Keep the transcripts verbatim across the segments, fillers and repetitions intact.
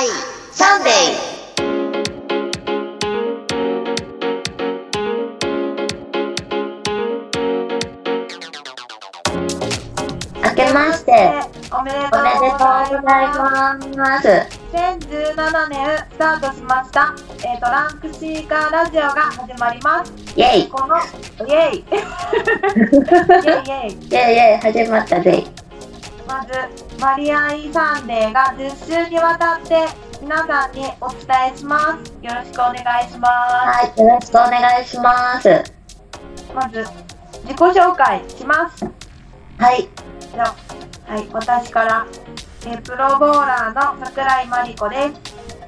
イサンデー。明けましておめでとうおめでとうございます。 にせんじゅうななねんスタートしました、えー、とランクシーカーラジオが始まります。 イェイこのイェイイェイイェイイェイイェイ始まったぜ。 まずマリアイサンデーがじゅっしゅうにわたって皆さんにお伝えします。よろしくお願いしまはい、よろしくお願いします。 す。まず自己紹介します。 はいでは、はい、私からえープロボーラーの桜井真理子です。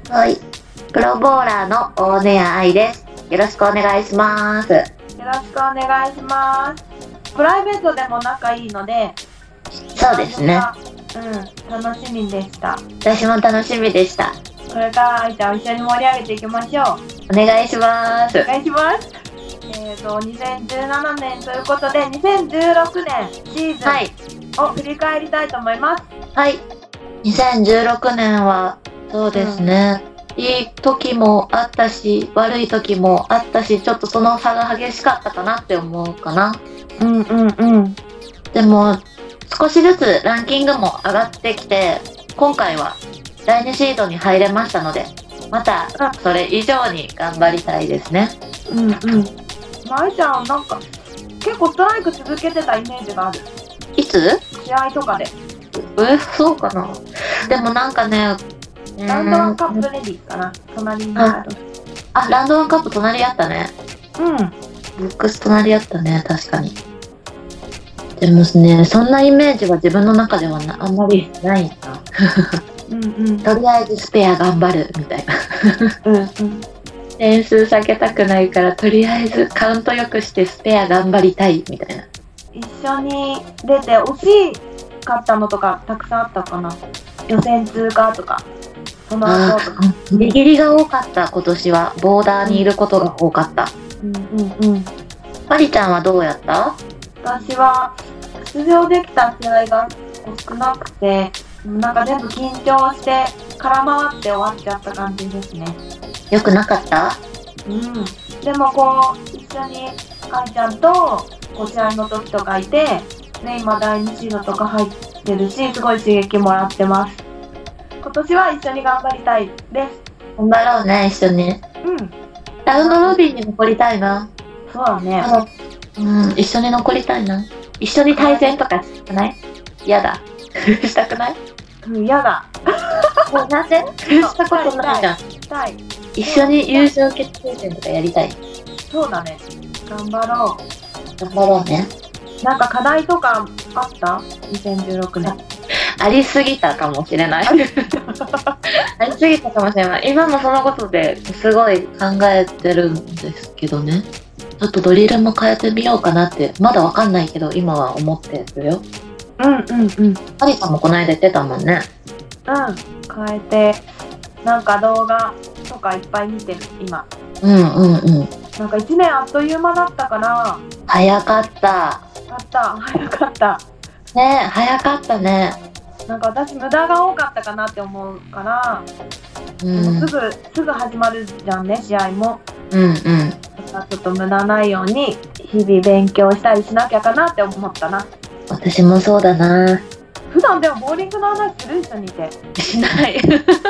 はいプロボーラーの大根谷愛です。よろしくお願いします。 よろしくお願いします。プライベートでも仲いいので、 そうですね、 うん、楽しみでした。 私も楽しみでした。 これから愛ちゃんを一緒に盛り上げていきましょう。 お願いしますお願いします。えーとにせんじゅうななねんということでにせんじゅうろくねんシーズはいンを振り返りたいと思います。 はいにせんじゅうろくねんはそうですね、うん、いい時もあったし悪い時もあったし、ちょっとその差が激しかったかなって思うかな。 うんうんうん。 でも少しずつランキングも上がってきて、今回はだいにシードに入れましたので、またそれ以上に頑張りたいですね。 うんうん。愛ちゃんなんか結構ストライク続けてたイメージがある。 いつ？ 試合とかで。 え、そうかな。でもなんかね、 ラウンドワンカップレディーかな、隣にある。 あ、ラウンドワンカップ隣やったね。 うん。 ブックス隣やったね、確かに。でもね、そんなイメージは自分の中ではなあんまりないな。 うんうん。 とりあえずスペア頑張るみたいな。 うんうん。 点数下げたくないから、とりあえずカウントよくしてスペア頑張りたいみたいな。 一緒に出て惜しかったのとかたくさんあったかな。予選通過とかその後とか。 ギリギリが多かった。今年はボーダーにいることが多かった。 うんうんうん。 マリちゃんはどうやった？ 私は出場できた試合が少なくて、なんか全部緊張して空回って終わっちゃった感じですね。 よくなかった？ うん。でもこう一緒に愛ちゃんとこう試合の時とかいて、ね、今だいにシードとか入ってるし、すごい刺激もらってます。今年は一緒に頑張りたいです。 頑張ろうね、一緒に。 うん。 ラウンドロビーに残りたいな。 そうだね。 うん、一緒に残りたいな。一緒に対戦とかしたくない？嫌だ。したくない？ うん、嫌だ。 もうなんで？したことないじゃん。 したい。 一緒に優勝決定戦とかやりたい。 そうだね。頑張ろう。頑張ろうね。 なんか課題とかあった？にせんじゅうろくねん。 ありすぎたかもしれない。ありすぎたかもしれない。今もそのことですごい考えてるんですけどね。ちょっとドリルも変えてみようかなってまだわかんないけど今は思ってるよ。 うんうんうん。 マリさんもこの間言ってたもんね。 うん。変えてなんか動画とかいっぱい見てる今。 うんうんうん。 なんかいちねんあっという間だったから。 早かった。 あった早かった。 ねえ早かったね。 なんか私無駄が多かったかなって思うから、うん、すぐすぐ始まるじゃんね試合も。 うんうん。 だからちょっと無駄ないように日々勉強したりしなきゃかなって思ったな。 私もそうだな。 普段でもボーリングの話する一緒にいて。 しない。 し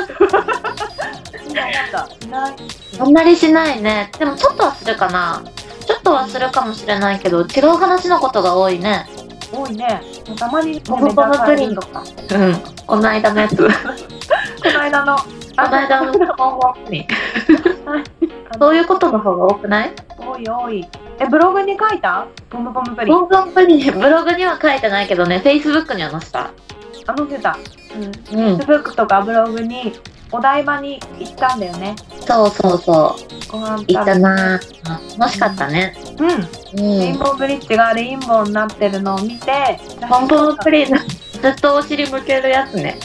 ないなんだしない。 あんまりしないね。でもちょっとはするかな。ちょっとはするかもしれないけど違う話のことが多いね。 多いね。たまにね、 ポムポムプリンとか。うん。この間のやつ。この間の。この間のポムポムプリン。そういうことの方が多くない？ 多い多い。え、ブログに書いた？ポムポムプリン。 ポムポムプリン、ブログには書いてないけどね、Facebook には載せた。 あ、載せた。うん。 うん、 Facebook とかブログにお台場に行ったんだよね。 そうそうそう。 ご飯食べて。 行ったな。楽しかったね。 うん。うん、 レインボーブリッジがレインボーになってるのを見て、 ポムポムプリンのずっとお尻向けるやつね。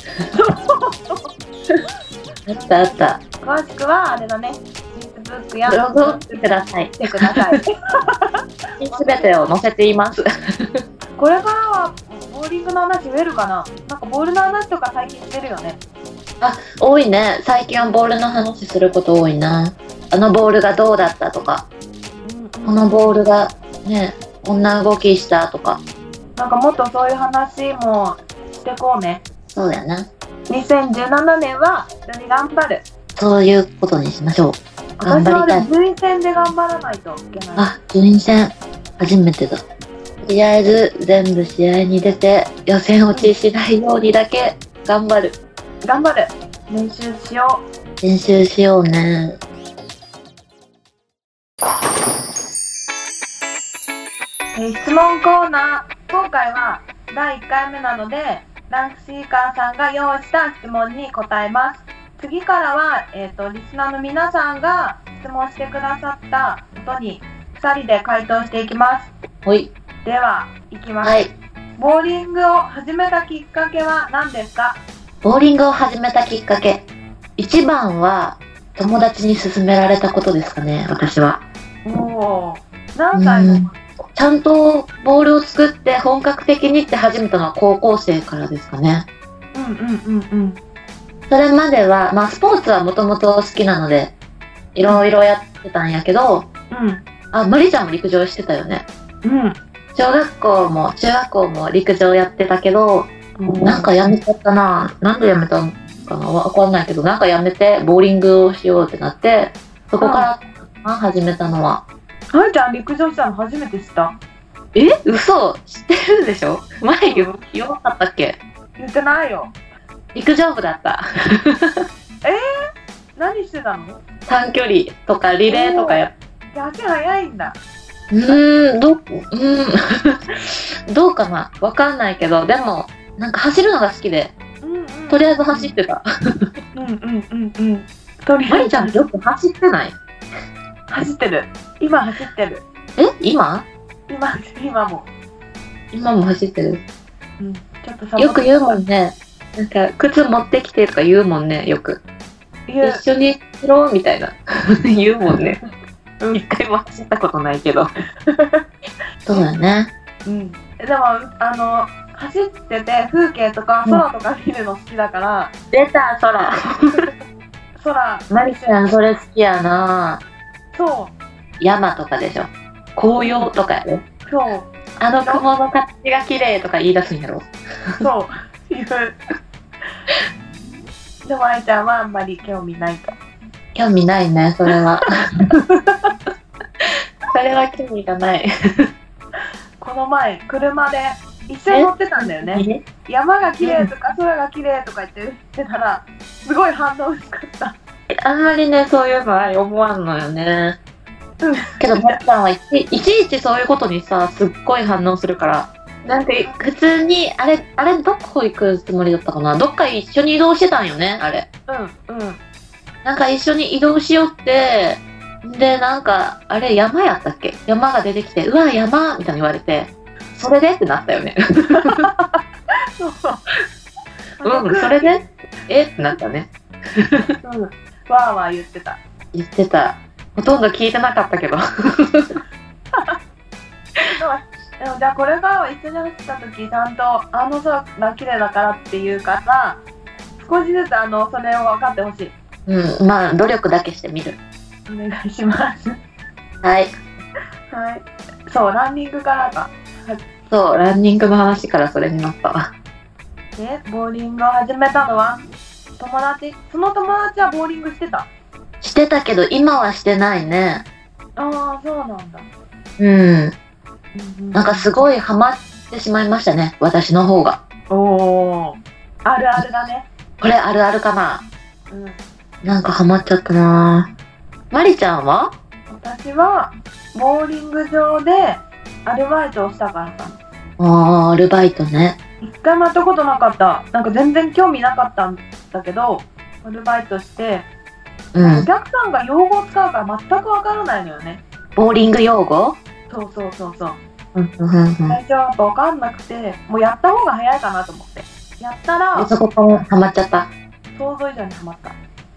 あったあった。 詳しくはあれだね。Facebook やブログを見てください。 見てください。 すべてを載せています。 これからはボーリングの話増えるかな。なんかボールの話とか最近してるよね。 あ、多いね。最近はボールの話すること多いな。あのボールがどうだったとか、 うんうん、 このボールがね、こんな動きしたとか。 なんかもっとそういう話もしてこうね。 そうやな。 にせんじゅうななねんは一緒に頑張る。 そういうことにしましょう。頑張りたい。 私は順位戦で頑張らないといけない。 あ、順位戦初めてだ。とりあえず全部試合に出て予選落ちしないようにだけ頑張る。 頑張る。練習しよう。練習しようね。 えー、質問コーナー。今回はだいいっかいめなので、ランクシーカーさんが用意した質問に答えます。次からは、えーと、リスナーの皆さんが質問してくださったことにふたりで回答していきます。 はい。 では、いきます。 はい。 ボーリングを始めたきっかけは何ですか？ ボーリングを始めたきっかけ。一番は友達に勧められたことですかね、私は。 おー、何歳の？ ちゃんとボールを作って本格的にって始めたのは高校生からですかね。 うんうんうんうん。 それまでは、まあスポーツはもともと好きなので、いろいろやってたんやけど、 うん。 あ、マリちゃんも陸上してたよね。 うん。 小学校も中学校も陸上やってたけど、なんかやめちゃったな。なんでやめたのかなわかんないけど、なんかやめてボーリングをしようってなって、そこから始めたのは。 はるちゃん陸上したの初めて知った？ え？嘘？知ってるでしょ？前言わなかったっけ？ 言ってないよ。 陸上部だった。 えー？何してたの？ 短距離とかリレーとかやって。足早いんだ。 うーん、どう、うーん、どうかな？わかんないけど、でも、なんか走るのが好きで、うんうん、とりあえず走ってた。 うんうんうんうん。とりあえず。 マリちゃんよく走ってない？ 走ってる。今走ってる。 え？今？ 今、今も。 今も走ってる。 うん、ちょっとよく言うもんね。なんか、靴持ってきてとか言うもんね、よく。一緒に走ろうみたいな。言うもんね。うん、一回も走ったことないけど。そうだね。 うん。でも、あの、走ってて風景とか空とか見るの好きだから。 うん、出た、空。 空。 マリちゃん、それ好きやな。 そう。 山とかでしょ。紅葉とかやろ。 そう。 あの雲の形が綺麗とか言い出すんやろ。 そう。言う。でも、あいちゃんはあんまり興味ないと。 興味ないね、それは。それは興味がない。 この前、車で一緒に乗ってたんだよね。山が綺麗とか空が綺麗とか言って言ってたら、すごい反応薄かった。 あんまりね、そういうのは思わんのよね。 うん、 けど、まっちゃんはいちいちいちそういうことにさ、すっごい反応するから。なんて、普通に、あれ、あれ、どこ行くつもりだったかな？どっか一緒に移動してたんよね、あれ。 うん、うん。 なんか一緒に移動しよって、で、なんか、あれ、山やったっけ？山が出てきて、うわ、山みたいに言われて、それでってなったよね。 そうそう。 うん、それでえってなったね。 うん。わーわー言ってた。 言ってた。ほとんど聞いてなかったけど。 でもじゃあこれからは一緒に走った時ちゃんとあの空が綺麗だからっていうから少しずつあのそれを分かってほしい。 うん、まあ努力だけしてみる。 お願いします。 はいはい。そうランニングからか。 そうランニングの話からそれになったわ。 でボーリングを始めたのは友達？その友達はボーリングしてた？ してたけど今はしてないね。 ああそうなんだ。 うん。なんかすごいハマってしまいましたね、私の方が。 おお、あるあるだね。 これあるあるかな。 うん。 なんかハマっちゃったな。マリちゃんは？ 私はボーリング場でアルバイトをしたからかな。 ああ、アルバイトね。 一回もやったことなかった。なんか全然興味なかったんだけど、アルバイトして、うん、お客さんが用語を使うから全くわからないのよね。 ボーリング用語？ そうそうそうそう。 うんうんうん、 最初はやっぱ分かんなくて、もうやった方が早いかなと思って。やったら、 そこからハマっちゃった。 想像以上にハマった。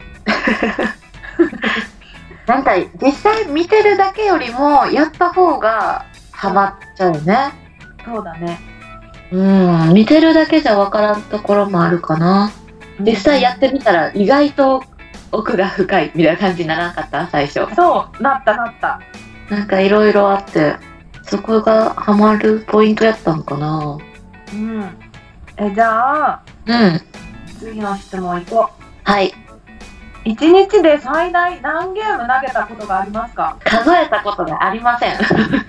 なんか実際見てるだけよりもやった方がハマっちゃうね。 そうだね。 うん、見てるだけじゃ分からんところもあるかな。 実際やってみたら意外と奥が深いみたいな感じにならなかった最初。 そうなったなった。 なんかいろいろあってそこがハマるポイントやったのかな。 うん。えじゃあうん次の質問いこう。 はい。 いちにちで最大何ゲーム投げたことがありますか？ 数えたことがありません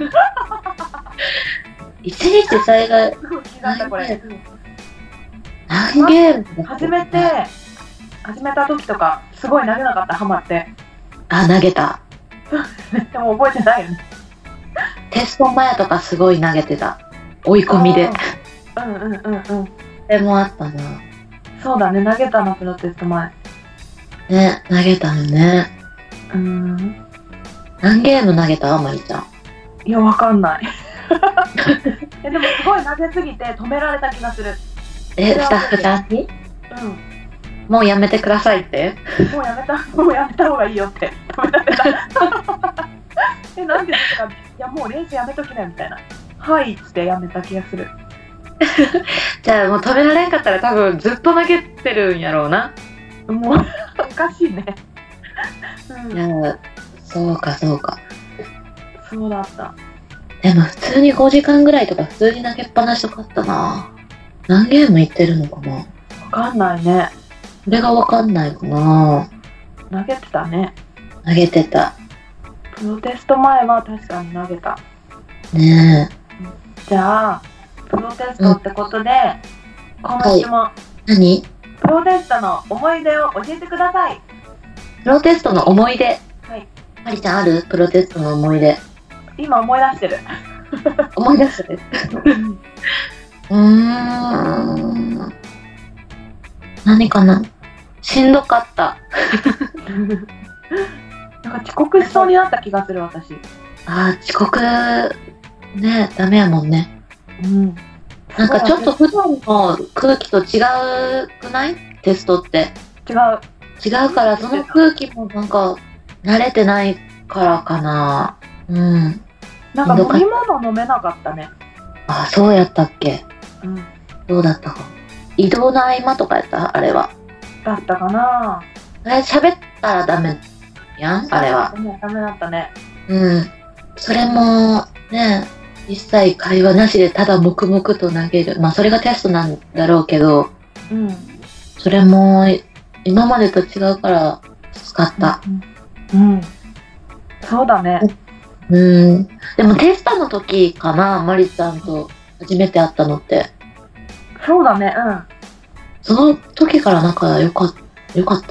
いちにち最大すごい気になったこれ。 何ゲーム始めて始めた時とかすごい投げなかった？ハマって。 あ投げた。 でも覚えてないよね。 テスト前とかすごい投げてた。追い込みで。 うんうんうんうん。 でもあったな。 そうだね投げたなプロテスト前。 ね投げたのね。 うーん。 何ゲーム投げた？まりちゃん。 いやわかんない。えでもすごい投げすぎて止められた気がする。 えスタッフさんに？ うん。 もうやめてくださいって？ もうやめたもうやめた方がいいよって止められた。えなんでですか？いやもう練習やめときなよみたいな。はいってやめた気がする。 じゃあもう止められんかったら多分ずっと投げてるんやろうな。 もうおかしいね。うん、 いやそうかそうか。 そうだった。 でも普通にごじかんぐらいとか普通に投げっぱなしとかあったな。何ゲームいってるのかな。 わかんないね。 それがわかんないかな。 投げてたね。 投げてた。 プロテスト前は確かに投げた。 ねえ。 じゃあプロテストってことで、うん、この質問、はい、 何？ プロテストの思い出を教えてください。 プロテストの思い出。 はい。 まりちゃんある？プロテストの思い出。 今思い出してる。 思い出してる。うーん。何かな。しんどかった。 なんか遅刻しそうになった気がする私。 ああ遅刻ねダメやもんね。 うん。 なんかちょっと普段の空気と違うくない？テストって。 違う。 違うからその空気もなんか慣れてないからかな。うん。 なんか飲み物飲めなかったね。 あ、そうやったっけ。 うん。 どうだったか。移動の合間とかやったあれは。 だったかな。 あれ喋ったらダメやんあれは。 ダメだったね。 うん。それもね一切会話なしでただ黙々と投げる。まあそれがテストなんだろうけど。 うん。 それも今までと違うからきつかった。 うん。うん、そうだね。 うん。でもテストの時かな、まりちゃんと初めて会ったのって。 そうだね。うん。 その時から仲良かよかった？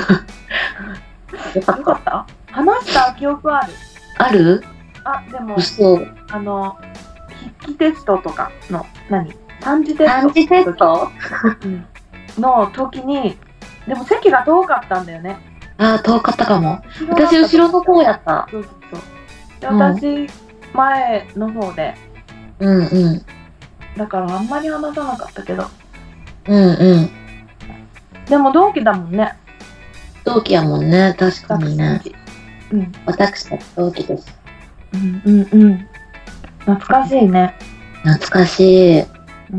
よかった。よかった？話した記憶ある？ ある？ あ、でも嘘。 あの筆記テストとかの何？漢字テスト。 漢字テスト？ うんの時に、でも席が遠かったんだよね。 ああ、遠かったかも。私後ろの方やった。 そうそうそう。で、私、うん、前の方で。 うんうん。 だからあんまり話さなかったけど。 うんうん。 でも同期だもんね。 同期やもんね、確かにね。 うん。 私たち同期です。 うんうんうん。懐かしいね。 懐かしい。 うん。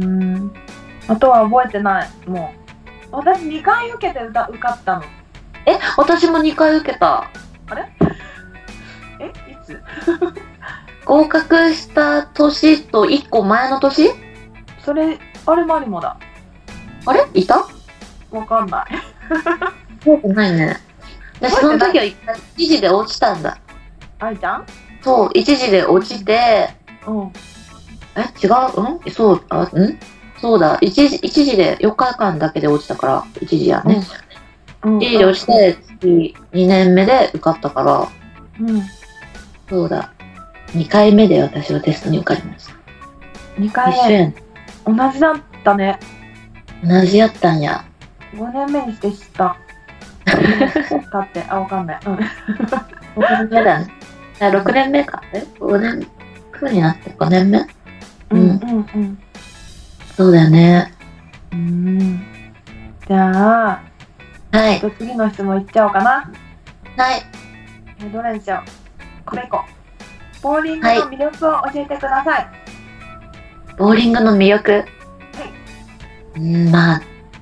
あとは覚えてない。もう。私にかい受けて歌受かったの。 え、私もにかい受けた。 あれ？え、いつ？ 合格した年といっこまえの年？ それ、あれマリモだ。 あれ？いた？ わかんない。 覚えてないね。私その時は一時で落ちたんだ。 あいちゃん？ そう、一時で落ちて、 うん。 え、違う？うん？そう、あ、ん？そうだ、一時、一時でよっかかんだけで落ちたから、一時やね。うん。一時で落ちて、次にねんめで受かったから、 うん。 そうだ、にかいめで私はテストに受かりました。 にかいめ。同じだったね。 同じやったんや。 ごねんめにして知った。だって、あ、わかんない。うん。 ごねんめだね。あ、ろくねんめか。え ?ご 年、くになってごねんめ？ うんうんうん。 そうだよね。 うーん。じゃあ、 はい。 次の質問いっちゃおうかな。 はい。 えどれにしよう。これいこう。ボーリングの魅力を教えてください。はい、 ボーリングの魅力？はい。うん、まあ、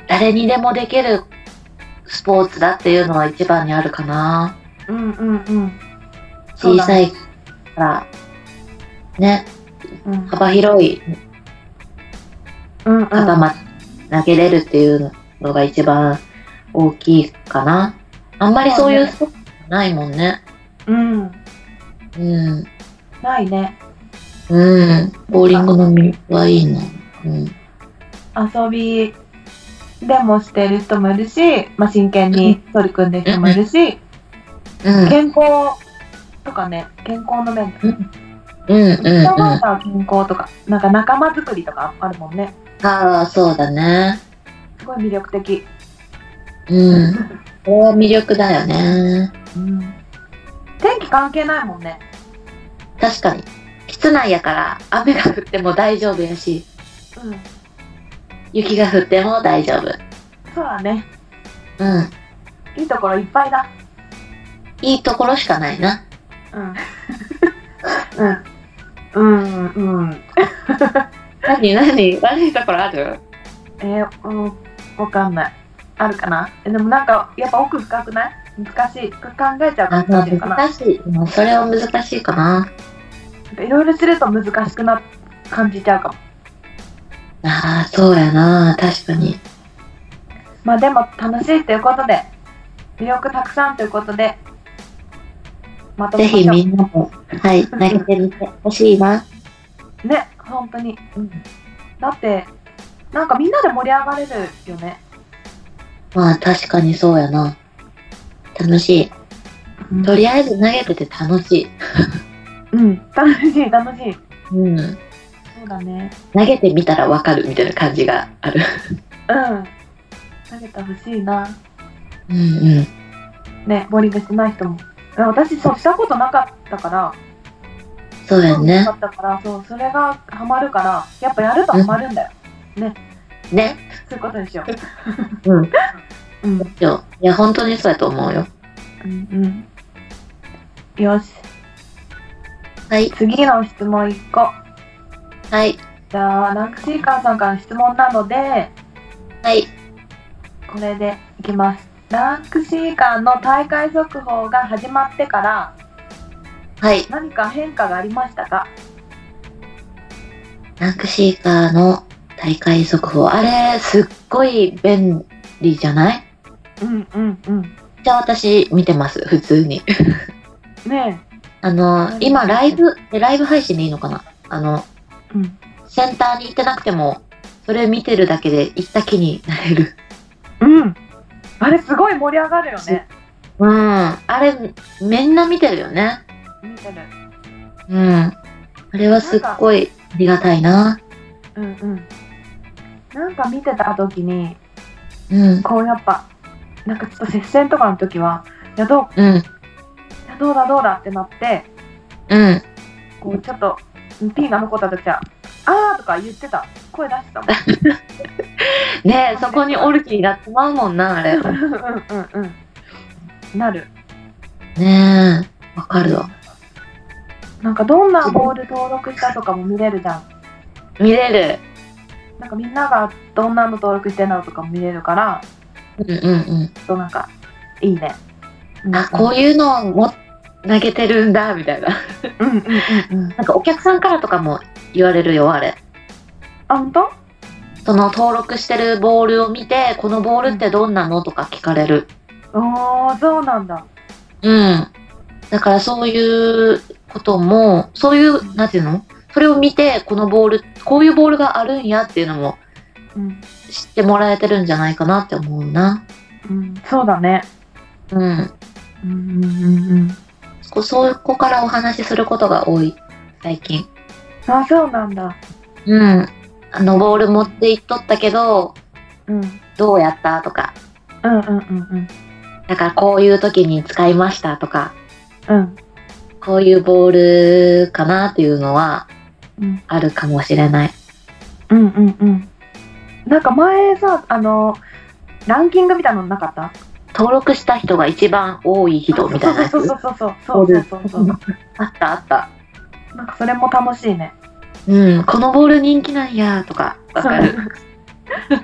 誰にでもできるスポーツだっていうのは一番にあるかな。 うんうんうん。 小さいからね、 うん、 幅広いうんうん、 方まで投げれるっていうのが一番大きいかな。あんまりそういうスポーツないもんね。 うん。 うん。 ないね。 うん。ボーリングの魅力はいいな。うん。 遊びでもしてる人もいるし、まあ、真剣に取り組んでる人もいるし、 うん、 健康とかね、健康の面で、 うんうんうんうん、 健康とか、なんか仲間作りとかあるもんね。 ああ、そうだね。 すごい魅力的。 うん。これは魅力だよね。 うん。天気関係ないもんね。 確かに。室内やから雨が降っても大丈夫やし、 うん。 雪が降っても大丈夫。 そうだね。 うん。 いいところいっぱいだ。 いいところしかないな。 うん。うん。うんうん。 何何悪いところある？ えー、うん、わかんない。あるかな？え、でもなんかやっぱ奥深くない？難しい。考えちゃうか難しいかな。難しい。もうそれは難しいかな。 いろいろすると難しくな感じちゃうかも。 ああ、そうやな。確かに。 まあでも楽しいということで、魅力たくさんということで、まとめましょう。 ぜひみんなも、はい、投げてみてほしいな。 ね、本当に。うん。だって、なんかみんなで盛り上がれるよね。 まあ確かにそうやな。楽しい。うん、とりあえず投げてて楽しい。 うん、楽しい、楽しい。 うん。 そうだね。 投げてみたらわかるみたいな感じがある。 うん。投げてほしいな。 うんうん。 ね、ボーリングしてない人も。私、そうしたことなかったから。 そうやね。 なかったから、そう、それがハマるから、やっぱやるとハマるんだよ。うん、ね。 ね。 そういうことでしょ。 うん。 うん。 いや、本当にそうやと思うよ。 うんうん。よし。 はい。 次の質問いっこ。 はい。 じゃあ、ランクシーカーさんからの質問なので、 はい。 これでいきます。ランクシーカーの大会速報が始まってから、 はい。 何か変化がありましたか？ ランクシーカーの大会速報。あれ、すっごい便利じゃない？ うんうんうん。 じゃあ私見てます、普通に。 ねえ。 あの、今ライブ、ライブ配信でいいのかな？あの、 うん、 センターに行ってなくても、それ見てるだけで行った気になれる。 うん。あれすごい盛り上がるよね。 うん。あれ、みんな見てるよね。 見てる。 うん。あれはすっごいありがたいな。 うんうん。なんか見てた時に、 うん。 こうやっぱ、なんかちょっと接戦とかの時は、いやどう、 うん。 いやどうだどうだってなって、 うん。 こうちょっと、P が残った時は、あーとか言ってた。声出してたもん。 ねえ、そこにおる気になってまうもんな、あれ。 うんうんうんうん。なる。 ねえ、わかるわ。 なんかどんなボール登録したとかも見れるじゃん。 見れる。 なんかみんながどんなの登録してるのとかも見れるから、 うんうんうん。 となんかいいね。 あ、こういうのも投げてるんだみたいな。 うんうんうんうん。 なんかお客さんからとかも言われるよ、あれ。 あ、本当？ その登録してるボールを見て、このボールってどんなのとか聞かれる。 おー、そうなんだ。 うん。だからそういうことも、そういう、なんていうの？それを見て、このボール、こういうボールがあるんやっていうのも知ってもらえてるんじゃないかなって思うな。 うん、そうだね。 うん。 うんうんうんうん。 そ, そこからお話しすることが多い、最近。 あ、そうなんだ。 うん。あのボール持っていっとったけど、 うん、 どうやったとか。 うんうんうんうん。 だからこういう時に使いましたとか。 うん。 こういうボールかなっていうのはあるかもしれない。 うんうんうん。なんか前さ、あのランキングみたいなのなかった？ 登録した人が一番多い人みたいなやつ。 そうそうそうそうそうそうそうそう。 あったあった。 なんかそれも楽しいね。 うん、このボール人気なんやとかわかる。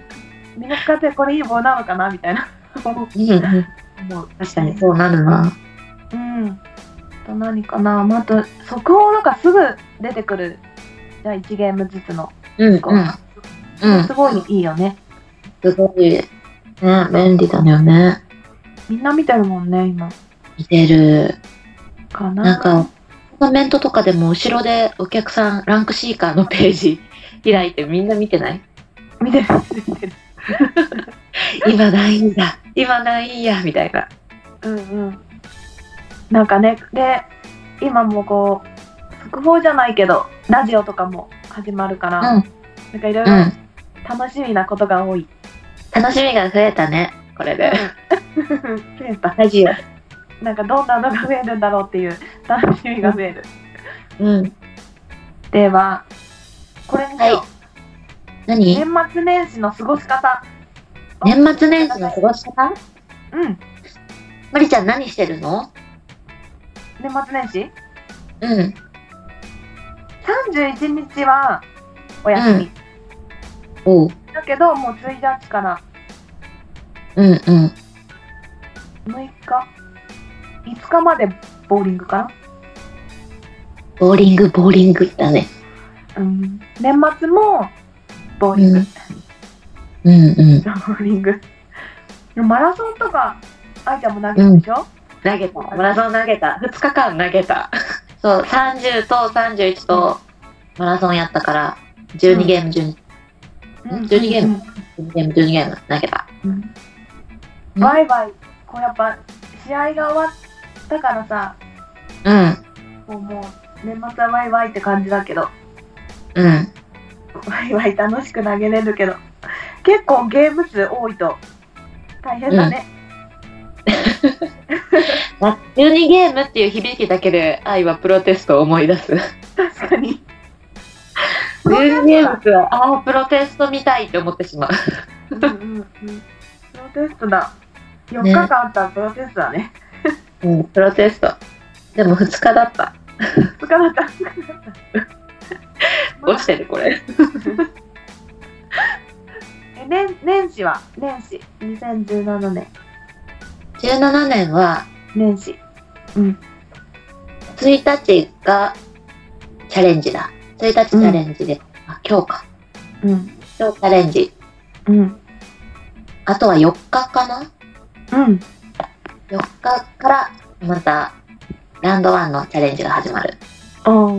みんな使ってこれいい棒なのかなみたいなうんうん、確かにそうなるな。 うん。と何かな、まあ、あと速報なんかすぐ出てくるじゃあいちゲームずつのうんうんうん、 すごいいいよね。 すごいね、便利だよね。 みんな見てるもんね今。 見てるかな。 なんかコメントとかでも後ろでお客さんランクシーカーのページ開いてみんな見てない？ 見てる見てる今ないんだ今ないんやみたいな。 うんうん。なんかね、で今もこう速報じゃないけどラジオとかも始まるから、うん、なんかいろいろ楽しみなことが多い、 うん、楽しみが増えたねこれで増えたラジオなんかどんなのが増えるんだろうっていう楽しみが増える。 うん。 ではこれにしよう、はい、 何？ 年末年始の過ごし方。 年末年始の過ごし方？ うん。 まりちゃん何してるの？ 年末年始？ うん。 さんじゅういちにちはお休み。 うん、おう。 だけどもうついたちからうんうん。 むいかいつかまでボーリングかな。 ボーリングボーリングだね。 うん。年末もボーリング。 うん、うんうん。 ボーリング。マラソンとか愛ちゃんも投げたでしょ？うん、 投げた。マラソン投げた。ふつかかん投げた。そうさんじゅうとさんじゅういちとマラソンやったからじゅうにゲームじゅうに、うん、じゅうにゲーム、うん、じゅうにゲームじゅうにゲーム投げた。 うん、ワイワイこうやっぱ試合が終わったからさ、 うん。 もうもう年末はワイワイって感じだけど、 うん。 ワイワイ楽しく投げれるけど、結構ゲーム数多いと大変だね。 うん、じゅうにゲームっていう響きだけで愛はプロテストを思い出す。 確かに。じゅうにゲームはああプロテスト見たいって思ってしまう。 うんうんうん。プロテストだ。よっかかんあったらプロテストだね。 うん、プロテスト。でもふつかだった。 ふつかだった。 落ちてるこれ。 え、年年始は年始にせんじゅうななねん。 じゅうななねんは年始。うん。 ついたちがチャレンジだ。ついたちチャレンジで、うん、あ今日か。 うん。 今日チャレンジ。 うん。あとはよっかかな。 うん。 よっかからまたラウンドワンのチャレンジが始まる。 うん。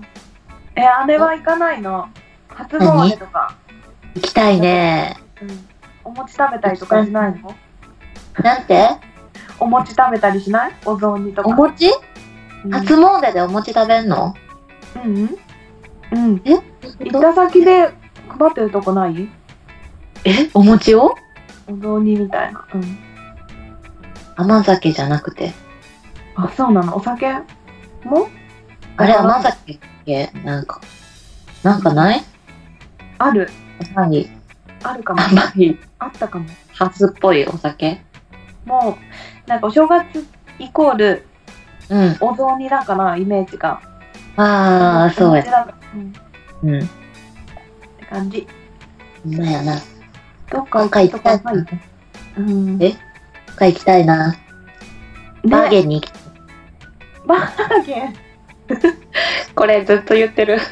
え、あれは行かないの？初詣とか。 行きたいね。 うん。お餅食べたりとかしないの？ なんて？ お餅食べたりしない？お雑煮とか。 お餅？うん、初詣でお餅食べんの？ うんうん。うん。 え？ 行った先で配ってるとこない？ え？お餅を？ お雑煮みたいな。うん。 甘酒じゃなくて。 あ、そうなの。お酒も？ あれ甘酒ってなんかなんかない？ ある。 甘い。 あるかも。 甘い。 あったかも。 初っぽいお酒？ もうなんかお正月イコール、 うん、 お雑煮だからイメージが。 ああそうや。うん。うん。 って感じ。 ほんまやな。 どっか行きたいな。 うん。 え？どっか行きたいな。バーゲンに行きたい。 バーゲンこれずっと言ってる。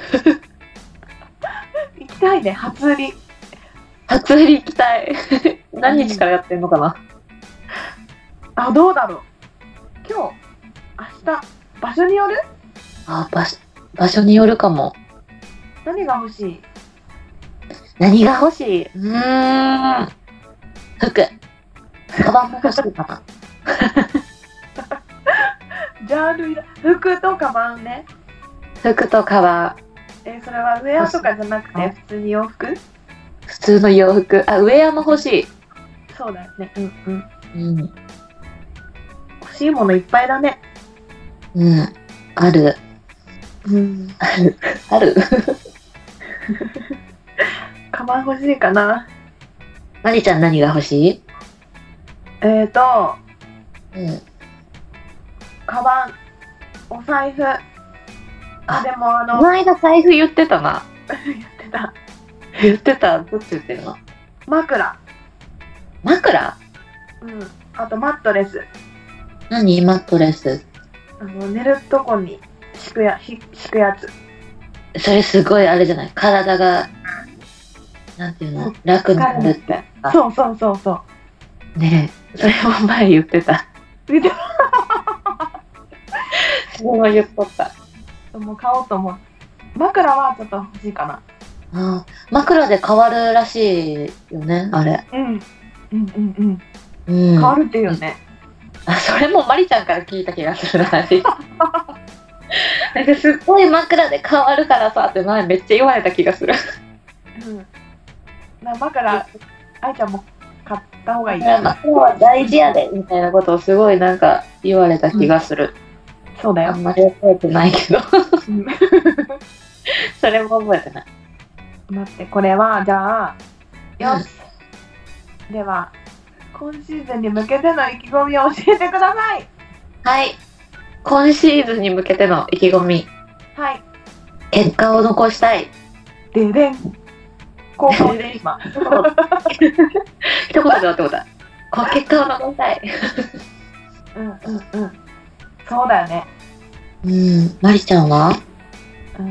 行きたいね、初売り。 初売り行きたい。何日からやってんのかな。 あ、どうだろう。今日、明日、場所による？ あ、場所、場所によるかも。 何が欲しい？ 何が欲しい？うーん。服。カバンも欲しいかな。 ジャンルいら、服とカバンね。 服とカバン。え、それはウェアとかじゃなくて普通に洋服？ 普通の洋服。あ、ウェアも欲しい。 そうだよね。うんうん。 うん。 欲しいものいっぱいだね。 うん。ある。 うん。 ある。ある。 カバン欲しいかな。 まりちゃん何が欲しい？ えーと、 うん。 カバン、お財布。あ、でもあの。 この間財布言ってたな。 言ってた。 言ってた。どっち言ってるの？ 枕。 枕？ うん。あとマットレス。 何マットレス？ あの寝るとこに敷くやひ敷くやつ。 それすごいあれじゃない？体が、なんていうの、楽になるって。 そうそうそうそう。 ねえ、それも前言ってた。 言ってた。 それも言っとった。 もう買おうと思う。枕はちょっと欲しいかな。 ああ、枕で変わるらしいよね、あれ。 うん。うんうんうん。 うん。 変わるっていうよね。 あ、それもマリちゃんから聞いた気がするな。なんかすっごい枕で変わるからさって前めっちゃ言われた気がする。 うん。な枕、愛ちゃんも買った方がいい。 枕は大事やでみたいなことをすごいなんか言われた気がする。 うん、そうだよ。 あんまり覚えてないけど。それも覚えてない。 待って、これはじゃあ、よし。うん、では、今シーズンに向けての意気込みを教えてください。 はい。今シーズンに向けての意気込み。 はい。 結果を残したい。 ででん。高校で今。 一言で終わってことだ。こう結果を残したい。 うんうんうん。そうだよね。 うん。マリちゃんは？ うん。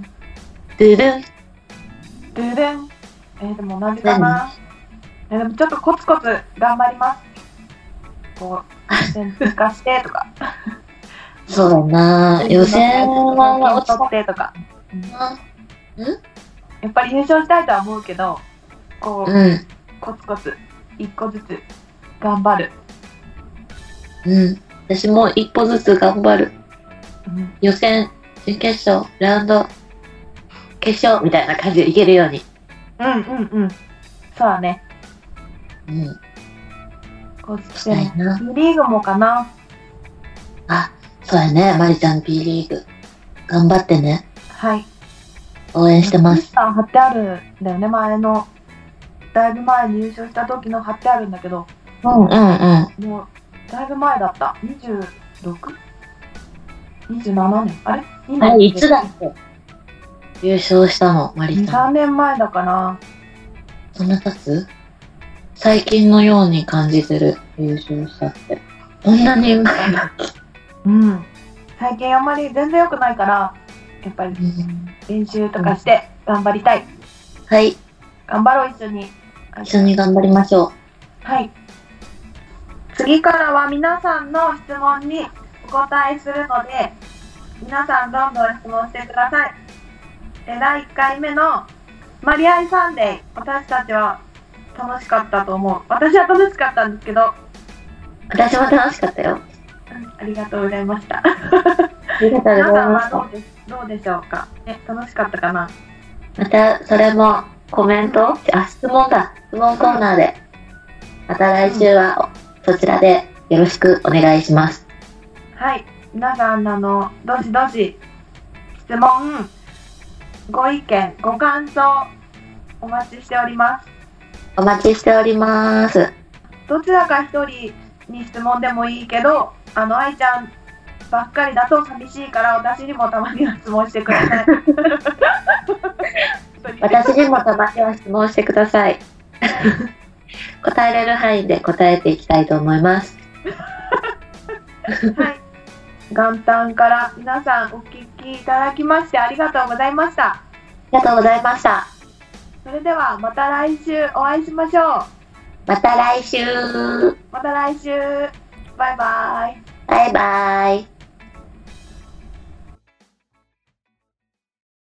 ででん。 ででん。えー、でも同じかな。えー、でもちょっとコツコツ頑張ります。こう、予選通過してとか。 そうだな。予選は落ち取ってとか。 うん。 やっぱり優勝したいとは思うけど、こう、うん、コツコツ一個ずつ頑張る。 うん。私も一歩ずつ頑張る。うん、予選、準決勝、ラウンド、決勝みたいな感じでいけるように。 うんうんうん。そうだね。 うん。 こうして、P リーグもかな。 あ、そうやね。マリちゃん P リーグ。頑張ってね。 はい。 応援してます。 ポスター貼ってあるんだよね。前の、だいぶ前に優勝した時の貼ってあるんだけど。 うんうんうん。 もう、だいぶ前だった。にじゅうろく？ にじゅうななねん。あれあれ、いつだっけ優勝したの、マリちゃん。 に、さんねんまえだかな。 そんな経つ？最近のように感じてる、優勝したって。こんなに前だっけ？ うん。最近あんまり全然良くないから、やっぱり練習とかして頑張りたい。 はい。 頑張ろう、一緒に。 一緒に頑張りましょう。 はい。次からは皆さんの質問にお答えするので、皆さんどんどん質問してください。で、だいいっかいめのマリアイサンデー。私たちは楽しかったと思う。私は楽しかったんですけど。 私も楽しかったよ。 うん、ありがとうございました。 ありがとうございました。皆さんはどうで、どうでしょうか。え、楽しかったかな。 またそれもコメント、あ、質問だ。質問コーナーで。また来週はそちらでよろしくお願いします。 はい。皆さん、あの、どしどし質問、ご意見、ご感想お待ちしております。 お待ちしております。 どちらか一人に質問でもいいけど、あの、愛ちゃんばっかりだと寂しいから私にもたまには質問してください。 私にもたまには質問してください。答えれる範囲で答えていきたいと思います。 はい。元旦から皆さんお聞きいただきましてありがとうございました。 ありがとうございました。 それではまた来週お会いしましょう。 また来週。 また来週。バイバイ。 バイバイ。